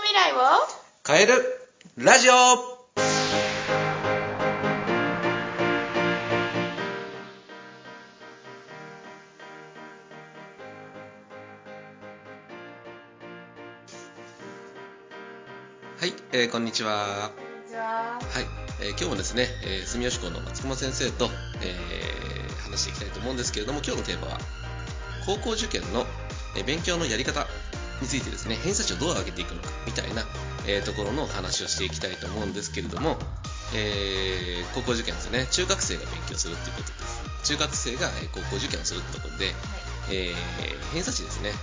未来を変えるラジオ。はい、こんにちは。 こんにちは。 はい、今日もですね、住吉校の松隈先生と、話していきたいと思うんですけれども、今日のテーマは高校受験の、勉強のやり方についてですね、偏差値をどう上げていくのかみたいな、ところの話をしていきたいと思うんですけれども、高校受験ですね、中学生が勉強するっていうことです。中学生が高校受験をするってところで、偏差値ですね、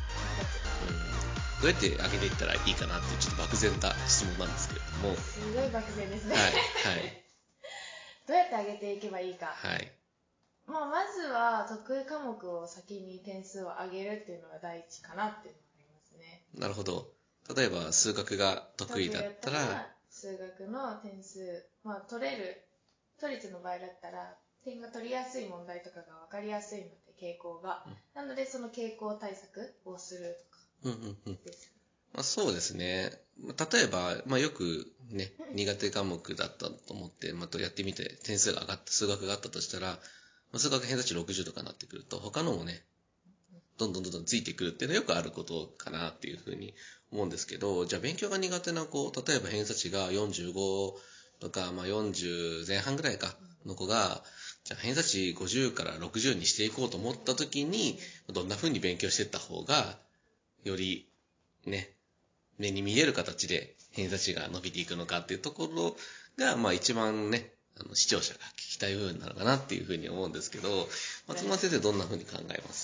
どうやって上げていったらいいかなっていうちょっと漠然な質問なんですけれども、 すごい漠然ですね。 はいはいどうやって上げていけばいいか。 はい。 まずは得意科目を先に点数を上げるっていうのが第一かなっていうのがありますね。 なるほど。例えば数学が得意だったら、 数学の点数、都立の場合だったら点が取りやすい問題とかが分かりやすいので、傾向が、なのでその傾向対策をするとかです。 そうですね。例えば、よくね、苦手科目だったと思って、やってみて点数が上がって、数学があったとしたら、数学偏差値60とかになってくると、他のもね、どんどんついてくるっていうのはよくあることかなっていうふうに思うんですけど、じゃあ勉強が苦手な子、例えば偏差値が45とか、40前半ぐらいかの子が、じゃあ偏差値50から60にしていこうと思った時に、どんなふうに勉強していった方が、よりね、目に見える形で偏差値が伸びていくのかっていうところが、一番ね、視聴者が聞きたい部分なのかなっていうふうに思うんですけど、松本先生どんなふうに考えます？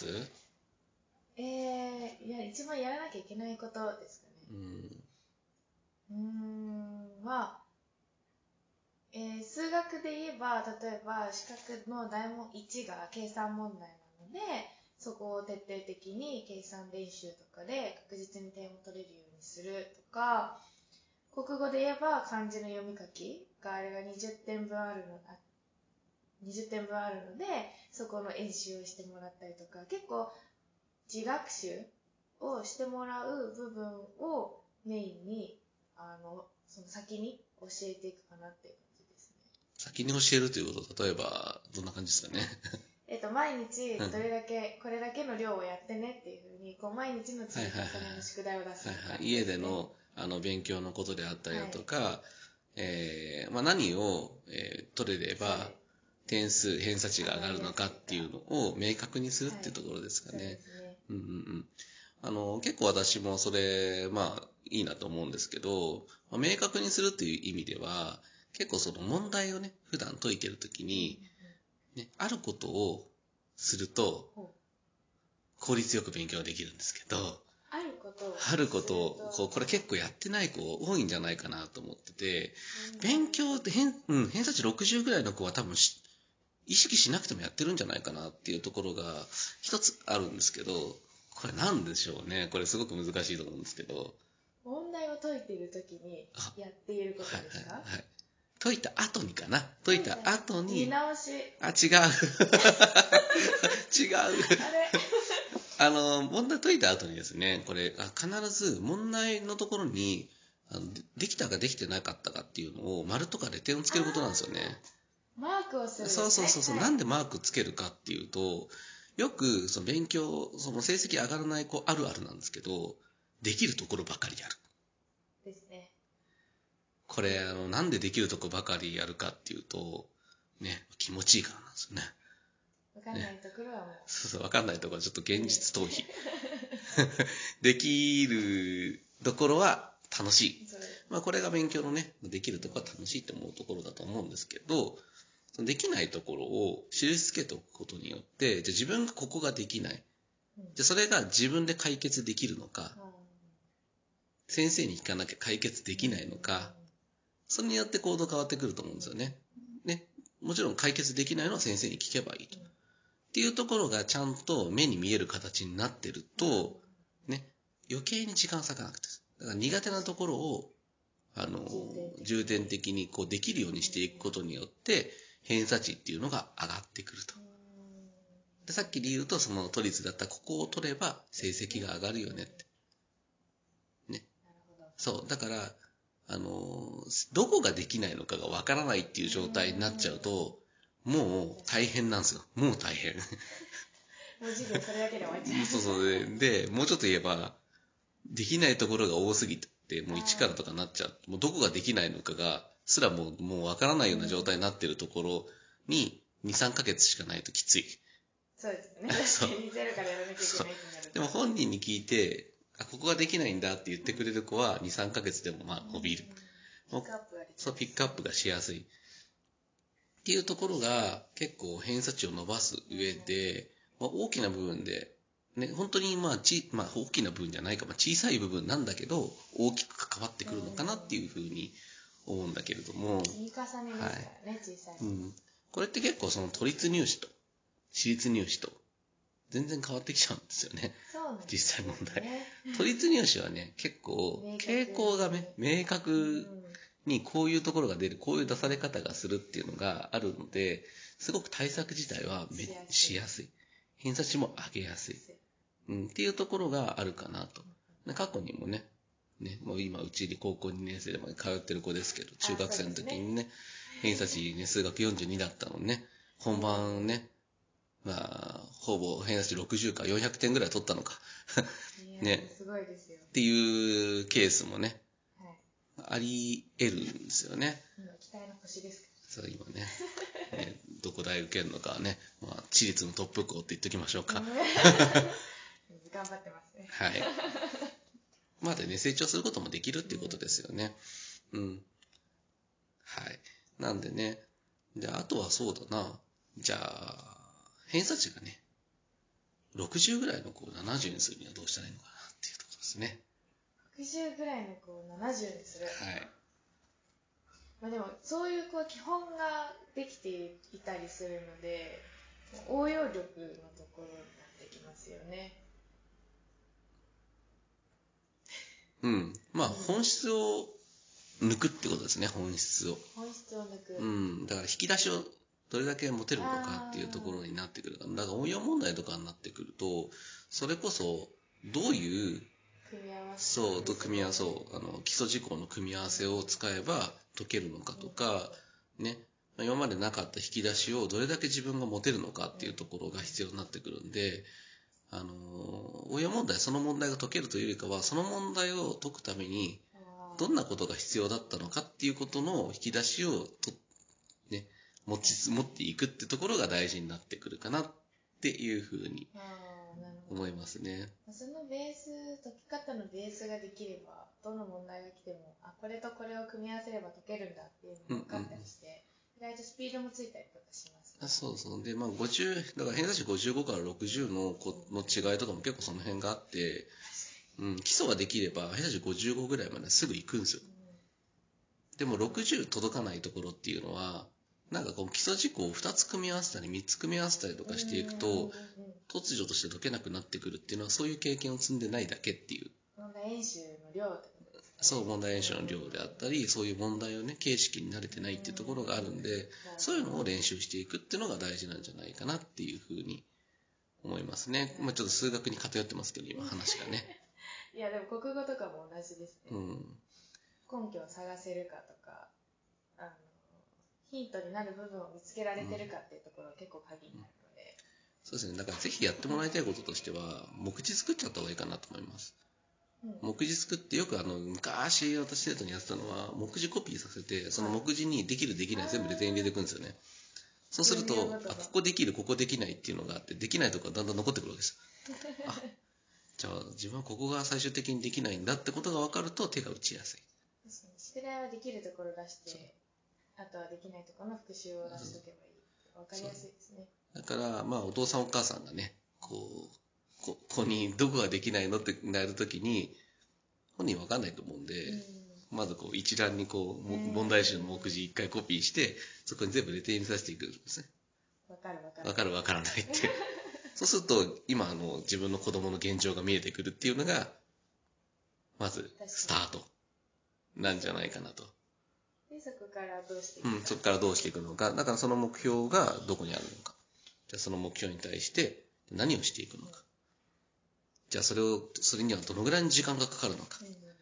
一番やらなきゃいけないことですかね。数学で言えば、例えば資格の題目1が計算問題なので、そこを徹底的に計算練習とかで確実に点を取れるようにするとか、国語で言えば漢字の読み書きがあれが20点分あるので、そこの演習をしてもらったりとか、結構自学習をしてもらう部分をメインにその先に教えていくかなっていう感じですね。 先に教えるということ、例えばどんな感じですかね？ 毎日これだけの量をやってねっていうふうに、毎日の積み重ねの宿題を出すとか、 家での勉強のことであったりだとか、何を、取れれば偏差値が上がるのかっていうのを明確にするっていうところですかね。結構私もそれいいなと思うんですけど、明確にするっていう意味では、結構その問題をね、普段解いてるときに、あることをすると効率よく勉強できるんですけど、あることをこれ結構やってない子多いんじゃないかなと思ってて、勉強って偏差値60ぐらいの子は多分意識しなくてもやってるんじゃないかなっていうところが一つあるんですけど、これなんでしょうね。これすごく難しいと思うんですけど。 問題を解いているときにやっていることですか？ 解いた後にかな。解いた後に。 見直し。 違う。違う。 あれ問題解いた後にですね、これ、必ず問題のところに、できたかできてなかったかっていうのを、丸とかで点をつけることなんですよね。 マークをするんですね。 そう、なんでマークつけるかっていうと、よく、その勉強、その成績上がらない子あるあるなんですけど、できるところばかりやる。 ですね。 これ、なんでできるとこばかりやるかっていうと、ね、気持ちいいからなんですよね。 わかんないところはもう。 わかんないところはちょっと現実逃避。できるところは楽しい。これが勉強のね、できるところは楽しいって思うところだと思うんですけど、できないところを印付けておくことによって、じゃあ自分がここができない。じゃあそれが自分で解決できるのか、先生に聞かなきゃ解決できないのか、それによって行動変わってくると思うんですよね。もちろん解決できないのは先生に聞けばいいと。っていうところがちゃんと目に見える形になってると、余計に時間割かなくて。だから苦手なところを、重点的にできるようにしていくことによって、偏差値っていうのが上がってくると。で、さっきで言うと、その都立だったらここを取れば成績が上がるよねって。 そう。だから、どこができないのかがわからないっていう状態になっちゃうと、もう大変なんですよ。もう大変。 もう授業それだけで終わっちゃう。 そうそう。で、もうちょっと言えば、できないところが多すぎて、もう1からとかなっちゃう。もうどこができないのかが、すらもうわからないような状態になってるところに、2、3ヶ月しかないときつい。 そうですね。確かにゼロからやらなきゃいけないってなると。 でも本人に聞いて、ここができないんだって言ってくれる子は、2、3ヶ月でもまあ伸びる。 ピックアップができる。 そう、ピックアップがしやすい。っていうところが、結構偏差値を伸ばす上で、まあ、大きな部分で、ね、本当にまあ大きな部分じゃないか、まあ、小さい部分なんだけど、大きく関わってくるのかなっていうふうに思うんだけれども。 積み重ねですからね、小さい。 これって結構その都立入試と、私立入試と、全然変わってきちゃうんですよね。 そうなんですね。 実際問題。都立入試はね、結構、傾向がね、明確にこういうところが出る、こういう出され方がするっていうのがあるので、すごく対策自体はしやすい。偏差値も上げやすい。っていうところがあるかなと。過去にもね、もう今うちに高校2年生でも通ってる子ですけど、中学生の時にね、偏差値ね、数学42だったのにね、本番ね、まあ、ほぼ偏差値60か400点ぐらい取ったのか。 ね。すごいですよ。 っていうケースもね、あり得るんですよね。 期待の星ですか。 そう、今ね、どこ大受けるのかはね、まあ、私立のトップ校って言っときましょうか。 頑張ってますね。 はい。まあでね、成長することもできるっていうことですよね。はい。なんでね、じゃあ、あとはそうだな。じゃあ、偏差値がね、60ぐらいの子を70にするにはどうしたらいいのかなっていうところですね。 60ぐらいの子を70にする。 はい。 まあでも、そういう基本ができていたりするので、応用力のところになってきますよね。 まあ、本質を抜くってことですね、本質を。 本質を抜く。 だから引き出しをどれだけ持てるのかっていうところになってくるから、だから応用問題とかになってくると、それこそ、どういう、 組み合わせ。 そう、基礎事項の組み合わせを使えば解けるのかとか、ね、今までなかった引き出しをどれだけ自分が持てるのかっていうところが必要になってくるんで、応用問題、その問題が解けるというよりかは、その問題を解くために、どんなことが必要だったのかっていうことの引き出しを持っていくってところが大事になってくるかなっていうふうに思いますね。 そのベース、解き方のベースができれば、どの問題が来ても、これとこれを組み合わせれば解けるんだっていうのが分かったりして、意外とスピードもついたりとかします、ね。 そうそう。で、まあ50、だから偏差値55から60の違いとかも結構その辺があって、基礎ができれば偏差値55ぐらいまですぐ行くんですよ。でも60届かないところっていうのは、なんか基礎事項を2つ組み合わせたり3つ組み合わせたりとかしていくと、突如として解けなくなってくるっていうのはそういう経験を積んでないだけっていう。 問題演習の量ってことですかね。 そう、問題演習の量であったり、そういう問題をね、形式に慣れてないっていうところがあるんで、そういうのを練習していくっていうのが大事なんじゃないかなっていうふうに思いますね。まあちょっと数学に偏ってますけど、今話がね。 いや、でも国語とかも同じですね。根拠を探せるかとか、ヒントになる部分を見つけられてるかっていうところが結構鍵になるので。 そうですね。だからぜひやってもらいたいこととしては、目次作っちゃった方がいいかなと思います。目次作ってよく昔私生徒にやってたのは、目次コピーさせて、その目次にできるできない全部レ点入れていくんですよね。そうすると、ここできる、ここできないっていうのがあって、できないところがだんだん残ってくるわけです。じゃあ自分はここが最終的にできないんだってことが分かると手が打ちやすい。 宿題はできるところ出して、あとはできないところの復習を出しとけばいい。分かりやすいですね。 だからまあお父さんお母さんがね、ここにどこができないのってなるときに本人分かんないと思うんで、まず一覧に問題集の目次一回コピーして、そこに全部レ点入れさせていくんですね。 分かる分からないってそうすると今自分の子供の現状が見えてくるっていうのがまずスタートなんじゃないかなと。 でそこからどうしていくのか。 そこからどうしていくのか。だからその目標がどこにあるのか。じゃあその目標に対して何をしていくのか。じゃあそれにはどのぐらいの時間がかかるのか。っ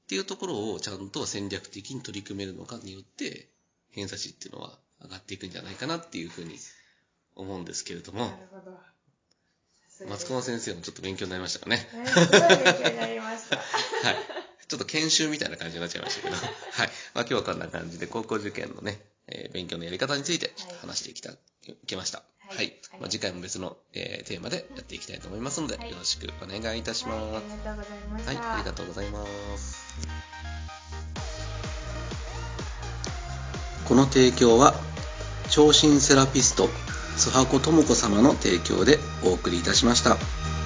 っていうところをちゃんと戦略的に取り組めるのかによって偏差値っていうのは上がっていくんじゃないかなっていうふうに思うんですけれども。 なるほど。 松隈先生もちょっと勉強になりましたかね。 すごい勉強になりました。はい。 ちょっと研修みたいな感じになっちゃいましたけど、はい。今日はこんな感じで高校受験のね、勉強のやり方についてちょっと話していきました。はい。次回も別の、テーマでやっていきたいと思いますので、よろしくお願いいたします。 ありがとうございました。 はい、ありがとうございます。この提供は聴診セラピスト須波子智子様の提供でお送りいたしました。